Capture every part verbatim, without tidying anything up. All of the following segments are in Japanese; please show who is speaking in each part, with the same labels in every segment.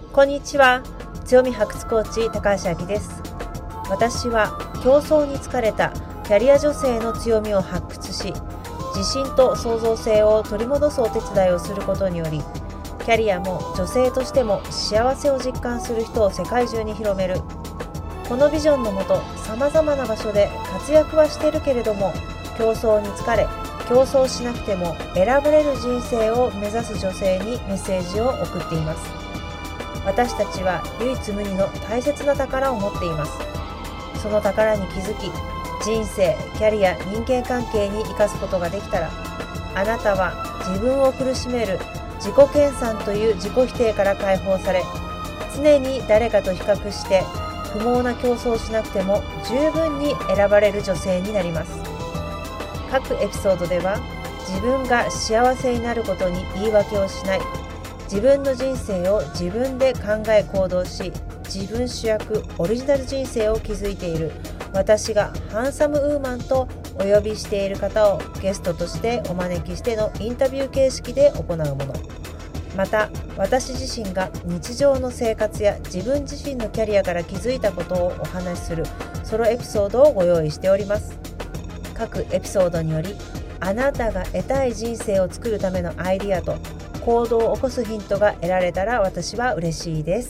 Speaker 1: こんにちは。強み発掘コーチ高橋明です。私は競争に疲れたキャリア女性の強みを発掘し、自信と創造性を取り戻すお手伝いをすることにより、キャリアも女性としても幸せを実感する人を世界中に広める。このビジョンのもと、さまざまな場所で活躍はしているけれども、競争に疲れ、競争しなくても選ばれる人生を目指す女性にメッセージを送っています。私たちは唯一無二の大切な宝を持っています。その宝に気づき、人生、キャリア、人間関係に生かすことができたら、あなたは自分を苦しめる自己研鑽という自己否定から解放され、常に誰かと比較して不毛な競争をしなくても十分に選ばれる女性になります。各エピソードでは、自分が幸せになることに言い訳をしない、自分の人生を自分で考え行動し、自分主役オリジナル人生を築いている私がハンサムウーマンとお呼びしている方をゲストとしてお招きしてのインタビュー形式で行うもの。また、私自身が日常の生活や自分自身のキャリアから気づいたことをお話しするソロエピソードをご用意しております。各エピソードにより、あなたが得たい人生を作るためのアイディアと行動を起こすヒントが得られたら私は嬉しいです。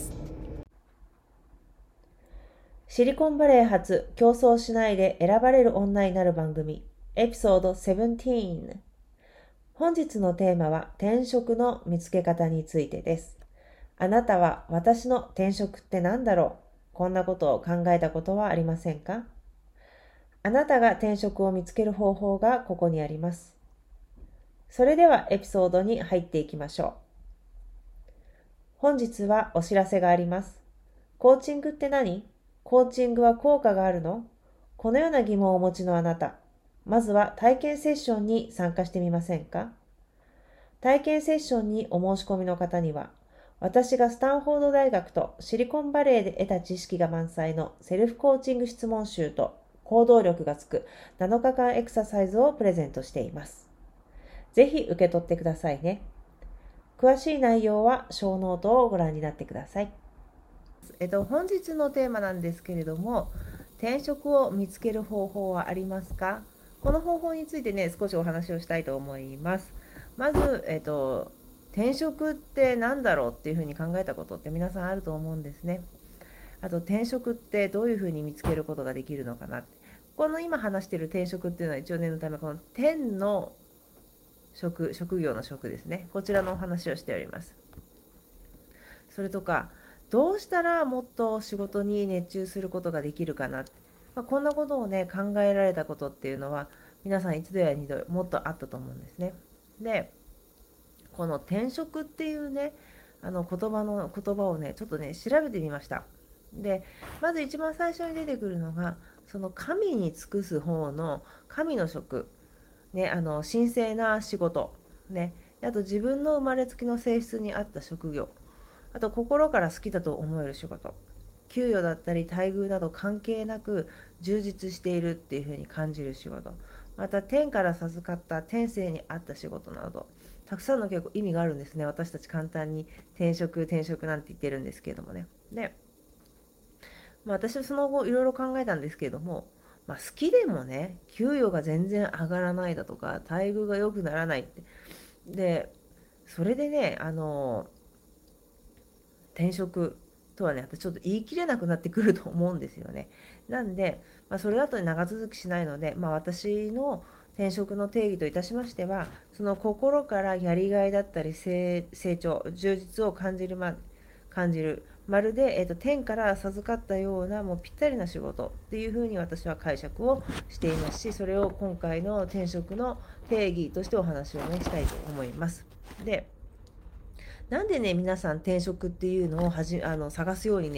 Speaker 1: シリコンバレー発競争しないで選ばれる女になる番組エピソードじゅうなな。本日のテーマは転職の見つけ方についてです。あなたは私の転職って何だろう？こんなことを考えたことはありませんか？あなたが転職を見つける方法がここにあります。それではエピソードに入っていきましょう。本日はお知らせがあります。コーチングって何？コーチングは効果があるの？このような疑問をお持ちのあなた、まずは体験セッションに参加してみませんか？体験セッションにお申し込みの方には、私がスタンフォード大学とシリコンバレーで得た知識が満載のセルフコーチング質問集と行動力がつくなのかかんエクササイズをプレゼントしています。ぜひ受け取ってくださいね。詳しい内容は小ノートをご覧になってください。えっと、本日のテーマなんですけれども、転職を見つける方法はありますか？この方法についてね、少しお話をしたいと思います。まず、えっと、転職って何だろうっていうふうに考えたことって皆さんあると思うんですね。あと、転職ってどういうふうに見つけることができるのかな。この今話している転職っていうのは一応念のため、この天の職、職業の職ですね。こちらのお話をしております。それとか、どうしたらもっと仕事に熱中することができるかな。まあ、こんなことをね、考えられたことっていうのは、皆さん一度や二度もっとあったと思うんですね。で、この転職っていうね、あの言葉の言葉をね、ちょっとね、調べてみました。で、まず一番最初に出てくるのが、その神に尽くす方の神の職。ね、あの神聖な仕事、ね、あと自分の生まれつきの性質に合った職業、あと心から好きだと思える仕事、給与だったり待遇など関係なく充実しているっていうふうに感じる仕事、また天から授かった天性に合った仕事など、たくさんの結構意味があるんですね。私たち簡単に転職転職なんて言ってるんですけれどもね。で、まあ、私はその後いろいろ考えたんですけれども、まあ、好きでもね、給与が全然上がらないだとか、待遇が良くならないって。で、それでね、あの、転職とはね、私ちょっと言い切れなくなってくると思うんですよね。なんで、まあ、それだと長続きしないので、まあ、私の転職の定義といたしましては、その心からやりがいだったり成長、充実を感じる、ま、感じる。まるで、えーと、天から授かったようなもうぴったりな仕事っていうふうに私は解釈をしていますし、それを今回の転職の定義としてお話をねしたいと思います。で、なんでね皆さん転職っていうのをはじあの探すようにね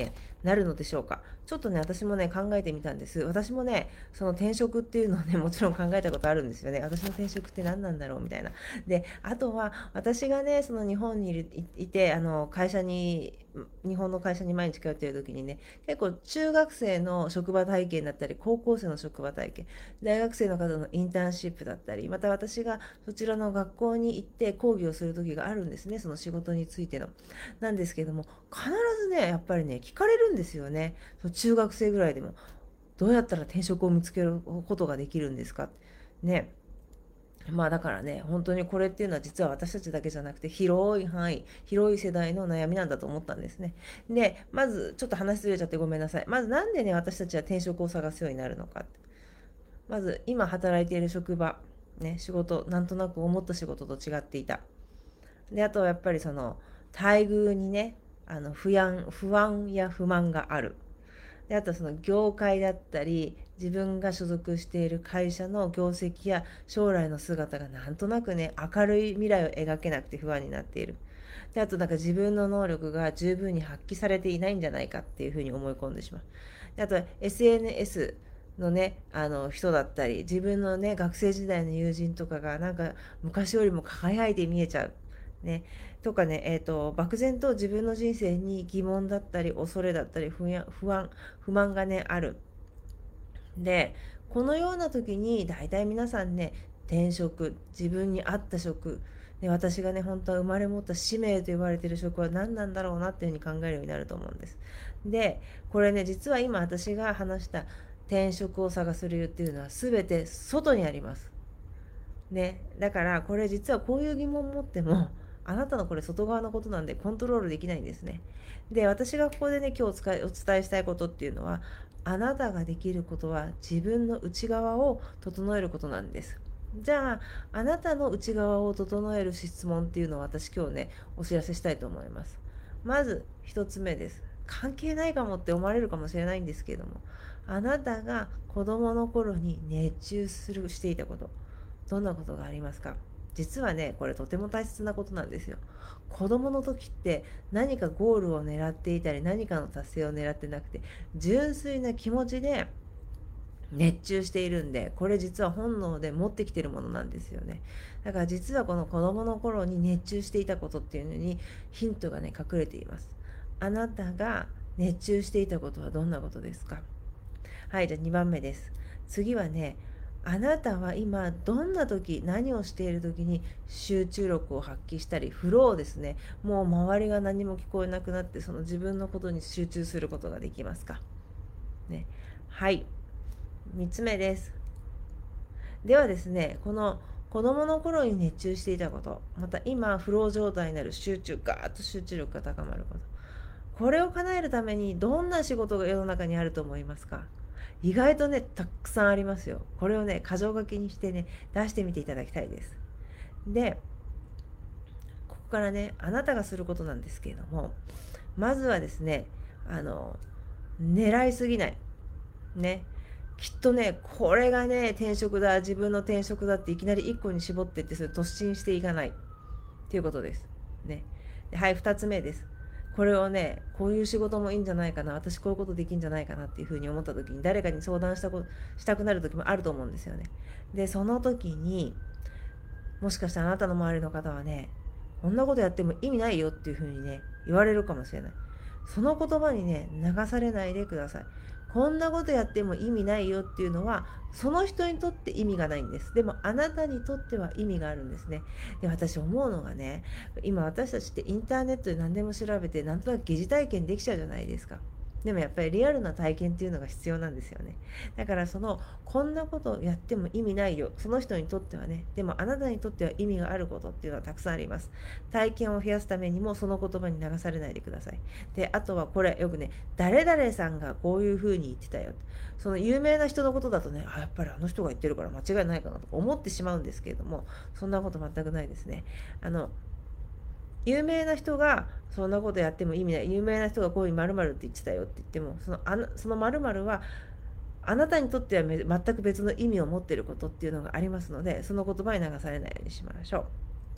Speaker 1: なるのでしょうか。ちょっとね、私もね、考えてみたんです。私もね、その転職っていうのをね、もちろん考えたことあるんですよね。私の転職って何なんだろうみたいな。で、あとは、私がね、その日本にいるいいて、あの、会社に、日本の会社に毎日通っている時にね、結構中学生の職場体験だったり、高校生の職場体験、大学生の方のインターンシップだったり、また私がそちらの学校に行って講義をする時があるんですね、その仕事についての。なんですけども、必ずね、やっぱりね、聞かれるんですよね。その中学生ぐらいでも。どうやったら転職を見つけることができるんですかね。まあだからね、本当にこれっていうのは実は私たちだけじゃなくて広い範囲、広い世代の悩みなんだと思ったんですね。で、まずちょっと話ずれちゃってごめんなさい。まずなんでね、私たちは転職を探すようになるのか。まず今働いている職場、ね、仕事、なんとなく思った仕事と違っていた。で、あとはやっぱりその待遇にね、あの不安、不安や不満がある。で、あとその業界だったり、自分が所属している会社の業績や将来の姿がなんとなくね、明るい未来を描けなくて不安になっている。で、あとなんか自分の能力が十分に発揮されていないんじゃないかっていうふうに思い込んでしまう。で、あと エスエヌエス のね、あの人だったり、自分のね、学生時代の友人とかがなんか昔よりも輝いて見えちゃう。ね。とかね、えーと、漠然と自分の人生に疑問だったり、恐れだったり、不安、不安、不満がね、ある。で、このような時に大体皆さんね、転職、自分に合った職、で私がね、本当は生まれ持った使命と言われている職は何なんだろうなっていうふうに考えるようになると思うんです。で、これね、実は今私が話した転職を探す理由っていうのは全て外にあります。ね、だからこれ実はこういう疑問を持ってもあなたのこれ外側のことなんでコントロールできないんですね。で、私がここでね、今日お伝えお伝えしたいことっていうのは、あなたができることは自分の内側を整えることなんです。じゃあ、あなたの内側を整える質問っていうのを私今日ね、お知らせしたいと思います。まず一つ目です。関係ないかもって思われるかもしれないんですけれども、あなたが子供の頃に熱中するしていたこと、どんなことがありますか？実はね、これとても大切なことなんですよ。子供の時って何かゴールを狙っていたり、何かの達成を狙ってなくて、純粋な気持ちで熱中しているんで、これ実は本能で持ってきてるものなんですよね。だから実はこの子供の頃に熱中していたことっていうのにヒントがね、隠れています。あなたが熱中していたことはどんなことですか？はい、じゃあにばんめです。次はね、あなたは今どんな時、何をしている時に集中力を発揮したり、フローですね。もう周りが何も聞こえなくなって、その自分のことに集中することができますか？ね。はい。みっつめです。ではですね、この子供の頃に熱中していたこと、また今フロー状態になる集中、ガーッと集中力が高まること。これを叶えるためにどんな仕事が世の中にあると思いますか？意外とね、たくさんありますよ。これをね、箇条書きにしてね、出してみていただきたいです。で、ここからね、あなたがすることなんですけれども、まずはですね、あの、狙いすぎない。ね。きっとね、これがね、転職だ、自分の転職だっていきなりいっこに絞ってって、それ突進していかないっていうことです。ね。ではい、ふたつめです。これをね、こういう仕事もいいんじゃないかな、私こういうことできんじゃないかなっていうふうに思った時に、誰かに相談したことしたくなる時もあると思うんですよね。で、その時に、もしかしたらあなたの周りの方はね、こんなことやっても意味ないよっていうふうにね、言われるかもしれない。その言葉にね、流されないでください。こんなことやっても意味ないよっていうのは、その人にとって意味がないんです。でもあなたにとっては意味があるんですね。で、私思うのがね、今私たちってインターネットで何でも調べて、なんとなく疑似体験できちゃうじゃないですか。でもやっぱりリアルな体験っていうのが必要なんですよね。だからそのこんなことやっても意味ないよ、その人にとってはね。でもあなたにとっては意味があることっていうのはたくさんあります。体験を増やすためにもその言葉に流されないでください。で、あとはこれよくね、誰々さんがこういうふうに言ってたよ、その有名な人のことだとね、あ、やっぱりあの人が言ってるから間違いないかなと思ってしまうんですけれども、そんなこと全くないですね。あの有名な人がそんなことやっても意味ない、有名な人がこういう〇〇って言ってたよって言っても、そのあのその〇〇はあなたにとっては全く別の意味を持っていることっていうのがありますので、その言葉に流されないようにしましょう。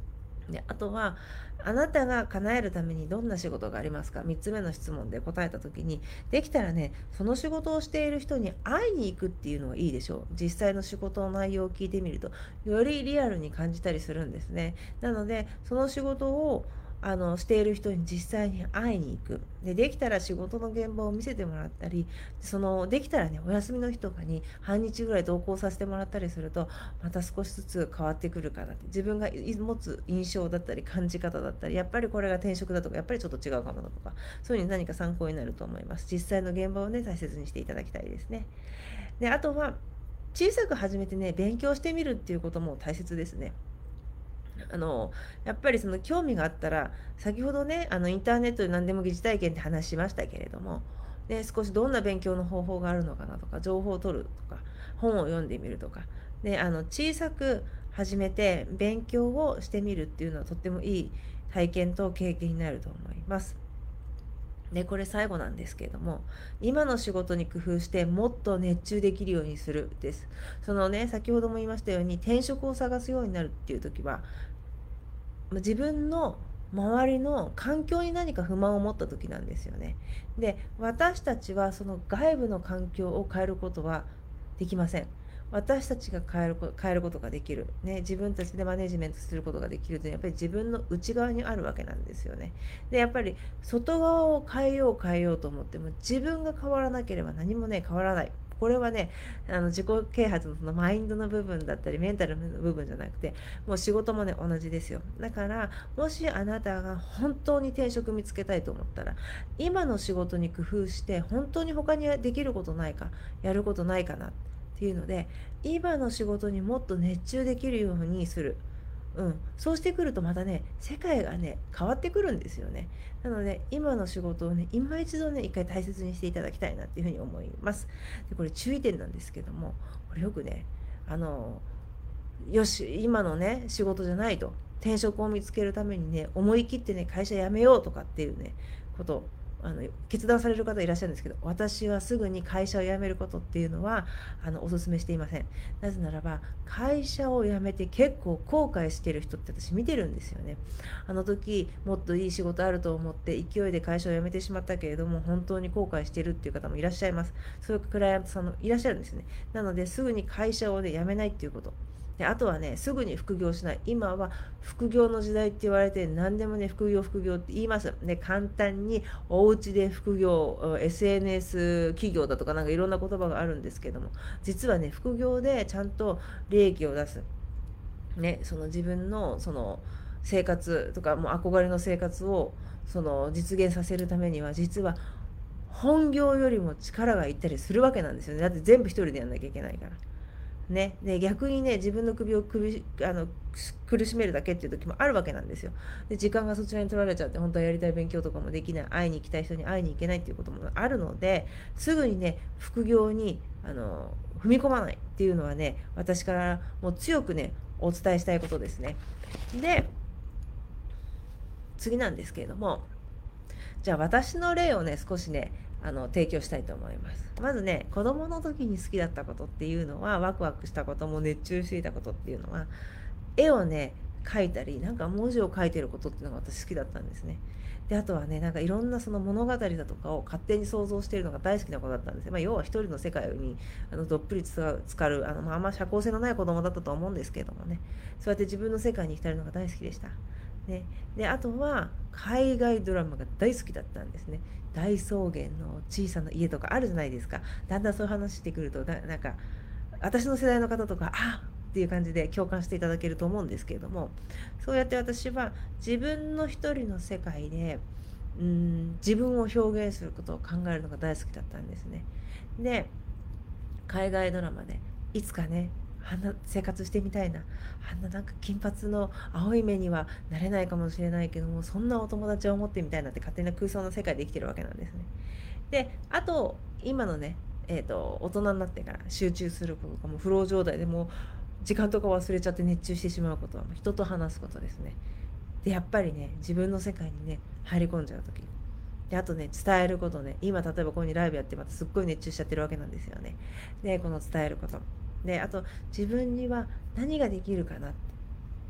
Speaker 1: で、あとは、あなたが叶えるためにどんな仕事がありますか？ みっ つ目の質問で答えた時に、できたらね、その仕事をしている人に会いに行くっていうのがいいでしょう。実際の仕事の内容を聞いてみると、よりリアルに感じたりするんですね。なので、その仕事をあのしている人に実際に会いに行く。で、できたら仕事の現場を見せてもらったり、そのできたらね、お休みの日とかに半日ぐらい同行させてもらったりすると、また少しずつ変わってくるかなって、自分が持つ印象だったり感じ方だったり、やっぱりこれが転職だとか、やっぱりちょっと違うかもだとか、そういうのに何か参考になると思います。実際の現場をね、大切にしていただきたいですね。で、あとは小さく始めてね、勉強してみるっていうことも大切ですね。あのやっぱりその興味があったら、先ほどね、あのインターネットで何でも疑似体験って話しましたけれども、で少しどんな勉強の方法があるのかなとか、情報を取るとか、本を読んでみるとか、であの小さく始めて勉強をしてみるっていうのはとってもいい体験と経験になると思います。でこれ最後なんですけれども、今の仕事に工夫してもっと熱中できるようにするです。そのね、先ほども言いましたように、転職を探すようになるっていう時は、自分の周りの環境に何か不満を持った時なんですよね。で、私たちはその外部の環境を変えることはできません。私たちが変えるこ変えることができる、ね、自分たちでマネジメントすることができるというのはやっぱり自分の内側にあるわけなんですよね。で、やっぱり外側を変えよう変えようと思っても、自分が変わらなければ何もね変わらない。これはね、あの自己啓発のそのマインドの部分だったりメンタルの部分じゃなくて、もう仕事もね同じですよ。だからもしあなたが本当に転職見つけたいと思ったら、今の仕事に工夫して本当に他にできることないか、やることないかなっていうので、今の仕事にもっと熱中できるようにする。うん、そうしてくるとまたね、世界がね変わってくるんですよね。なので今の仕事をね、今一度ね一回大切にしていただきたいなっていうふうに思います。でこれ注意点なんですけども、これよくね、あのよし今のね仕事じゃないと、転職を見つけるためにね思い切ってね会社辞めようとかっていうねことをあの決断される方いらっしゃるんですけど、私はすぐに会社を辞めることっていうのはあのお勧めしていません。なぜならば、会社を辞めて結構後悔してる人って私見てるんですよね。あの時もっといい仕事あると思って勢いで会社を辞めてしまったけれども、本当に後悔してるっていう方もいらっしゃいます。そういうクライアントさんもいらっしゃるんですね。なのですぐに会社を、ね、辞めないっていうこと、であとはね、すぐに副業しない。今は副業の時代って言われて、何でもね、副業、副業って言います。で、簡単にお家で副業、エスエヌエス 企業だとか、なんかいろんな言葉があるんですけども、実はね、副業でちゃんと利益を出す。ね、その自分のその生活とか、もう憧れの生活をその実現させるためには、実は本業よりも力がいったりするわけなんですよね。だって全部一人でやんなきゃいけないから。ね、で逆にね自分の首を首あの苦しめるだけっていう時もあるわけなんですよ。で時間がそちらに取られちゃって、本当はやりたい勉強とかもできない、会いに行きたい人に会いに行けないっていうこともあるので、すぐにね副業にあの踏み込まないっていうのはね、私からもう強くねお伝えしたいことですね。で次なんですけれども、じゃあ私の例をね少しねあの提供したいと思います。まずね、子供の時に好きだったことっていうのは、ワクワクしたことも熱中していたことっていうのは、絵をね描いたり、なんか文字を書いてることっていうのが私好きだったんですね。であとはね、なんかいろんなその物語だとかを勝手に想像しているのが大好きな子だったんですよ。まあ、要は一人の世界にあのどっぷりつかる、あの、まあ、あんま社交性のない子供だったと思うんですけれどもね、そうやって自分の世界に浸るのが大好きでした。ね、であとは海外ドラマが大好きだったんですね。大草原の小さな家とかあるじゃないですか。だんだんそういう話してくると、ななんか私の世代の方とか、あっていう感じで共感していただけると思うんですけれども、そうやって私は自分の一人の世界でうーん自分を表現することを考えるのが大好きだったんですね。で海外ドラマでいつかねあんな生活してみたいな、あんななんか金髪の青い目にはなれないかもしれないけども、そんなお友達を持ってみたいなって勝手な空想の世界で生きてるわけなんですね。であと今のね、えーと、大人になってから集中することとかもフロー状態でも時間とか忘れちゃって熱中してしまうことは人と話すことですね。でやっぱりね自分の世界にね入り込んじゃう時で、あとね伝えることね、今例えばここにライブやってまたすっごい熱中しちゃってるわけなんですよね。でこの伝えることで、あと自分には何ができるかなって、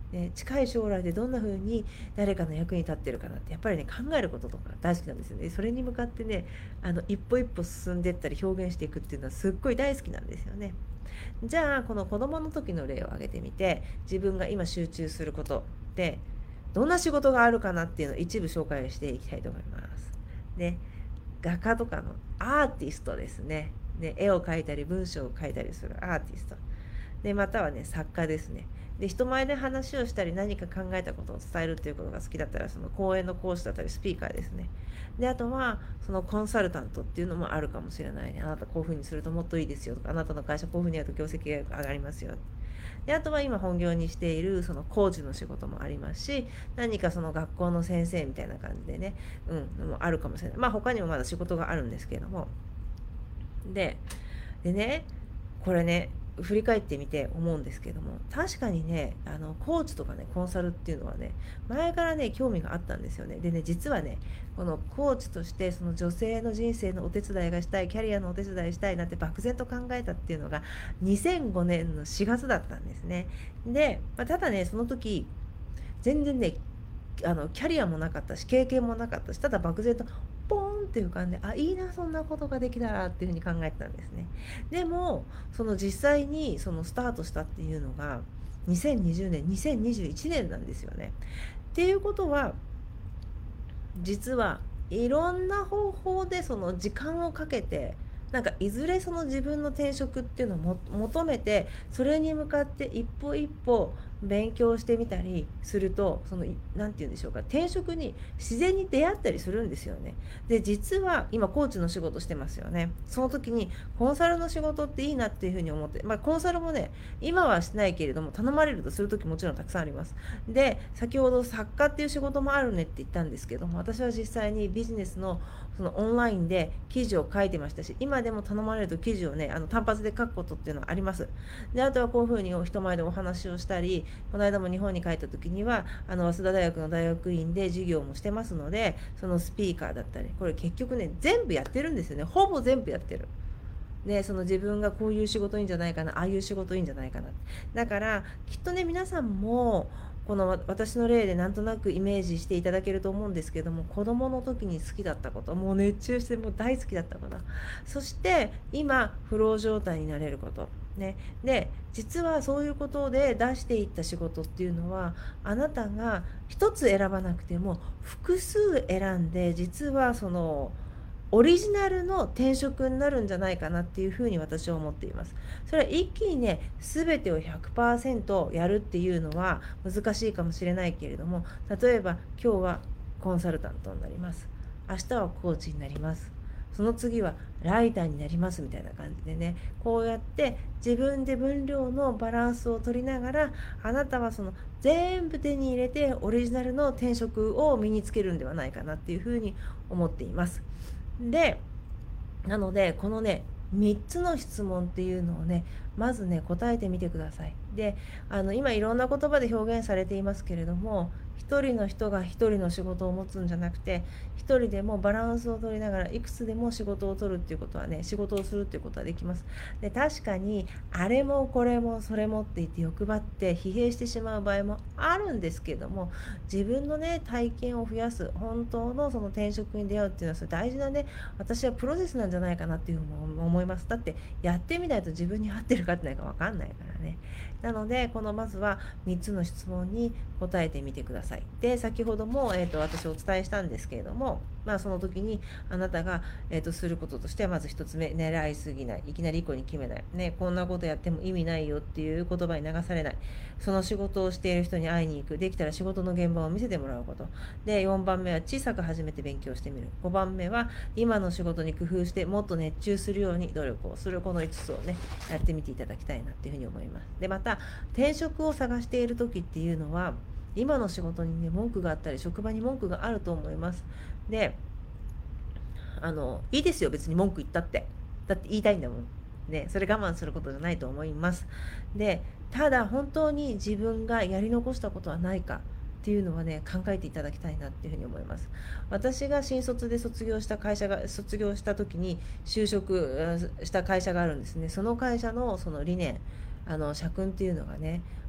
Speaker 1: ね、近い将来でどんな風に誰かの役に立ってるかなってやっぱりね考えることとか大好きなんですよね。それに向かってねあの一歩一歩進んでいったり表現していくっていうのはすっごい大好きなんですよね。じゃあこの子どもの時の例を挙げてみて、自分が今集中することってどんな仕事があるかなっていうのを一部紹介していきたいと思います。で、画家とかのアーティストですね。ね、絵を描いたり文章を書いたりするアーティストで、またはね作家ですね。で、人前で話をしたり何か考えたことを伝えるっていうことが好きだったら、その講演の講師だったりスピーカーですね。で、あとはそのコンサルタントっていうのもあるかもしれないね。あなたこういうふうにするともっといいですよとか、あなたの会社こういうふうにやると業績が上がりますよ。で、あとは今本業にしているそのコーチの仕事もありますし、何かその学校の先生みたいな感じでね、うん、もあるかもしれない。まあ他にもまだ仕事があるんですけれども、で、でね、これね、振り返ってみて思うんですけども、確かにね、あのコーチとかねコンサルっていうのはね前からね興味があったんですよね。でね、実はねこのコーチとしてその女性の人生のお手伝いがしたい、キャリアのお手伝いしたいなんて漠然と考えたっていうのがにせんごねんのしがつだったんですね。で、まあ、ただねその時全然ねあのキャリアもなかったし経験もなかったし、ただ漠然とポーンっていう感じで、あ、いいなそんなことができたらっていうふうに考えてたんですね。でもその実際にそのスタートしたっていうのがにせんにじゅうねんにせんにじゅういちねんなんですよね。っていうことは実はいろんな方法でその時間をかけて、なんかいずれその自分の転職っていうのをも求めて、それに向かって一歩一歩勉強してみたりすると、その何て言うんでしょうか、転職に自然に出会ったりするんですよね。で、実は今コーチの仕事してますよね。その時にコンサルの仕事っていいなっていうふうに思って、まあコンサルもね今はしてないけれども頼まれるとする時もちろんたくさんあります。で、先ほど作家っていう仕事もあるねって言ったんですけども、私は実際にビジネスのそのオンラインで記事を書いてましたし、今でも頼まれると記事をねあの単発で書くことっていうのはあります。で、あとはこういうふうに人前でお話をしたり、この間も日本に帰った時にはあの早稲田大学の大学院で授業もしてますので、そのスピーカーだったり、これ結局ね全部やってるんですよね。ほぼ全部やってる。ね、その自分がこういう仕事いいんじゃないかな、ああいう仕事いいんじゃないかな。だからきっとね皆さんもこの私の例でなんとなくイメージしていただけると思うんですけども、子供の時に好きだったこと、もう熱中してもう大好きだったこと、そして今フロー状態になれることね。で、実はそういうことで出していった仕事っていうのは、あなたが一つ選ばなくても複数選んで、実はそのオリジナルの転職になるんじゃないかなっていうふうに私は思っています。それは一気にね全てを ひゃくパーセント やるっていうのは難しいかもしれないけれども、例えば今日はコンサルタントになります、明日はコーチになります、その次はライターになりますみたいな感じでね、こうやって自分で分量のバランスを取りながら、あなたはその全部手に入れてオリジナルの転職を身につけるんではないかなっていうふうに思っています。で、なのでこのねみっつの質問っていうのをねまずね答えてみてください。で、あの今いろんな言葉で表現されていますけれども、一人の人が一人の仕事を持つんじゃなくて、一人でもバランスを取りながらいくつでも仕事を取るっていうことはね、仕事をするっていうことはできます。で、確かにあれもこれもそれもって言って欲張って疲弊してしまう場合もあるんですけれども、自分のね体験を増やす、本当のその転職に出会うっていうのはそれ大事なね、私はプロセスなんじゃないかなっていうふうに思います。だってやってみないと自分に合ってるかってないか分かんないからね。なのでこのまずはみっつの質問に答えてみてください。で、先ほども、えー、と私お伝えしたんですけれども、まあ、その時にあなたが、えー、とすることとしては、まずひとつめ、狙いすぎない、いきなりいっこに決めない、ね、こんなことやっても意味ないよっていう言葉に流されない、その仕事をしている人に会いに行く、できたら仕事の現場を見せてもらうこと。で、よんばんめは小さく始めて勉強してみる。ごばんめは今の仕事に工夫してもっと熱中するように努力をする。このいつつをねやってみていただきたいなっていうふうに思います。で、また転職を探している時っていうのは、今の仕事にね文句があったり職場に文句があると思います。で、あのいいですよ別に文句言ったって、だって言いたいんだもんね。それ我慢することじゃないと思います。で、ただ本当に自分がやり残したことはないかっていうのはね考えていただきたいなっていうふうに思います。私が新卒で卒業した会社が卒業した時に就職した会社があるんですね。その会社のその理念、あの社訓っていうのがね、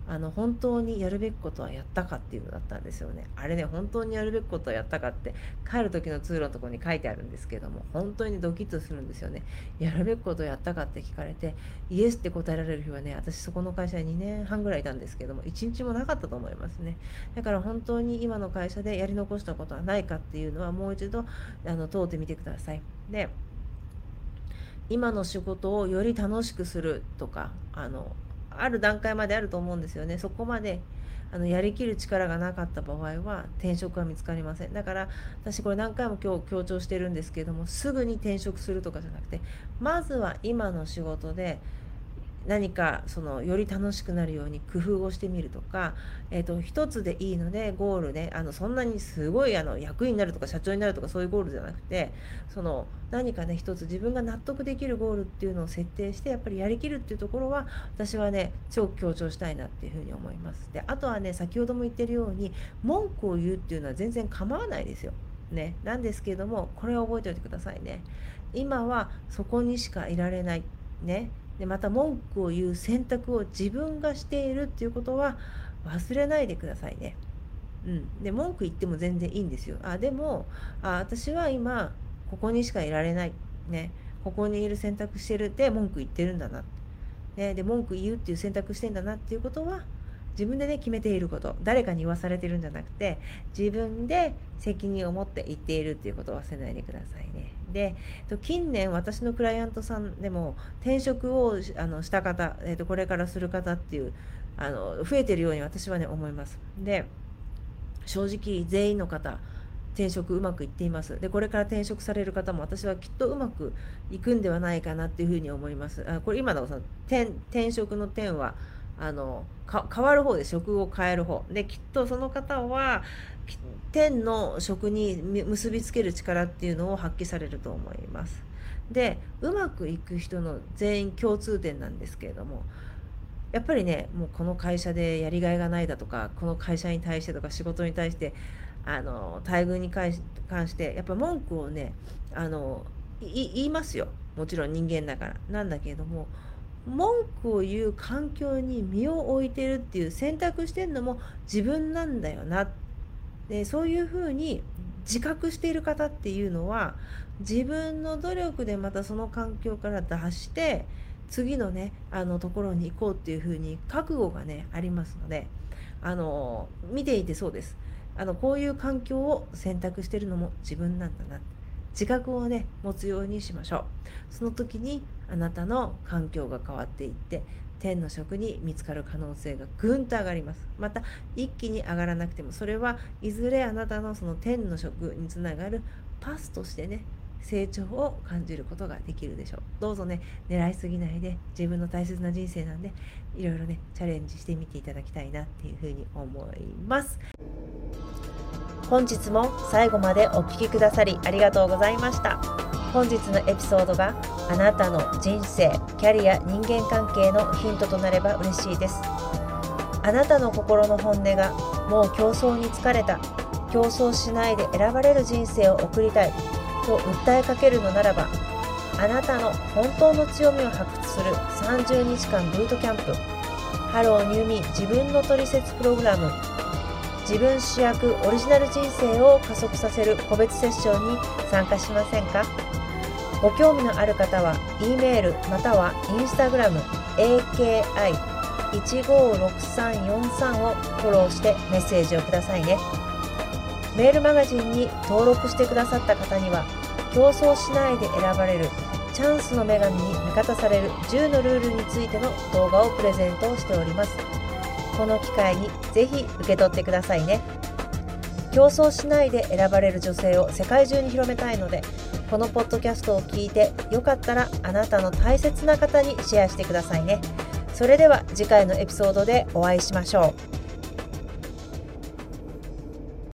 Speaker 1: あの本当にやるべきことはやったかっていうのだったんですよね。あれね、本当にやるべきことはやったかって帰る時の通路のところに書いてあるんですけども、本当にドキッとするんですよね。やるべきことをやったかって聞かれてイエスって答えられる日はね、私そこの会社ににねんはんぐらいいたんですけども、いちにちもなかったと思いますね。だから本当に今の会社でやり残したことはないかっていうのはもう一度あの問うてみてください。で、今の仕事をより楽しくするとか、あのある段階まであると思うんですよね。そこまであのやりきる力がなかった場合は転職は見つかりません。だから私これ何回も今日強調してるんですけれども、すぐに転職するとかじゃなくて、まずは今の仕事で何かそのより楽しくなるように工夫をしてみるとか、えー、と一つでいいのでゴールね、あのそんなにすごいあの役員になるとか社長になるとかそういうゴールじゃなくて、その何かね一つ自分が納得できるゴールっていうのを設定してやっぱりやりきるっていうところは私はね超強調したいなっていうふうに思います。で、あとはね、先ほども言ってるように文句を言うっていうのは全然構わないですよね。なんですけれども、これを覚えておいてくださいね。今はそこにしかいられないね。でまた文句を言う選択を自分がしているっていうことは忘れないでくださいね。うん、で文句言っても全然いいんですよ。あでもあ私は今ここにしかいられない、ね、ここにいる選択してるで文句言ってるんだな、ね、で文句言うっていう選択してんだなっていうことは自分でね決めていること、誰かに言わされてるんじゃなくて自分で責任を持って言っているっていうことを忘れないでくださいね。で近年私のクライアントさんでも転職をあのした方、えー、とこれからする方っていうあの増えてるように私はね思います。で正直全員の方転職うまくいっています。でこれから転職される方も私はきっとうまくいくんではないかなっていうふうに思います。あこれ今のその 転, 転職の点はあの変わる方で職を変える方で、きっとその方は天の職に結びつける力っていうのを発揮されると思います。でうまくいく人の全員共通点なんですけれども、やっぱりねもうこの会社でやりがいがないだとか、この会社に対してとか仕事に対してあの待遇に関してやっぱ文句をねあの言いますよ。もちろん人間だからなんだけれども、文句を言う環境に身を置いてるっていう選択してるのも自分なんだよな。でそういうふうに自覚している方っていうのは自分の努力でまたその環境から脱して次のねあのところに行こうっていうふうに覚悟がねありますので、あの見ていてそうです。あのこういう環境を選択しているのも自分なんだな、自覚をね持つようにしましょう。その時にあなたの環境が変わっていって天の職に見つかる可能性がぐんと上がります。また一気に上がらなくてもそれはいずれあなたのその天の職につながるパスとしてね成長を感じることができるでしょう。どうぞね狙いすぎないで、自分の大切な人生なんでいろいろねチャレンジしてみていただきたいなっていうふうに思います。本日も最後までお聞きくださりありがとうございました。本日のエピソードがあなたの人生、キャリア、人間関係のヒントとなれば嬉しいです。あなたの心の本音がもう競争に疲れた、競争しないで選ばれる人生を送りたいと訴えかけるのならば、あなたの本当の強みを発掘するさんじゅうにちかんブートキャンプ、ハローニューミー自分のトリセツプログラム、自分主役オリジナル人生を加速させる個別セッションに参加しませんか？ご興味のある方は E メールまたは Instagram エーケーアイいちごろくさんよんさん をフォローしてメッセージをくださいね。メールマガジンに登録してくださった方には競争しないで選ばれるチャンスの女神に味方されるじゅうのルールについての動画をプレゼントしております。この機会にぜひ受け取ってくださいね。競争しないで選ばれる女性を世界中に広めたいので、このポッドキャストを聞いてよかったらあなたの大切な方にシェアしてくださいね。それでは次回のエピソードでお会いしましょう。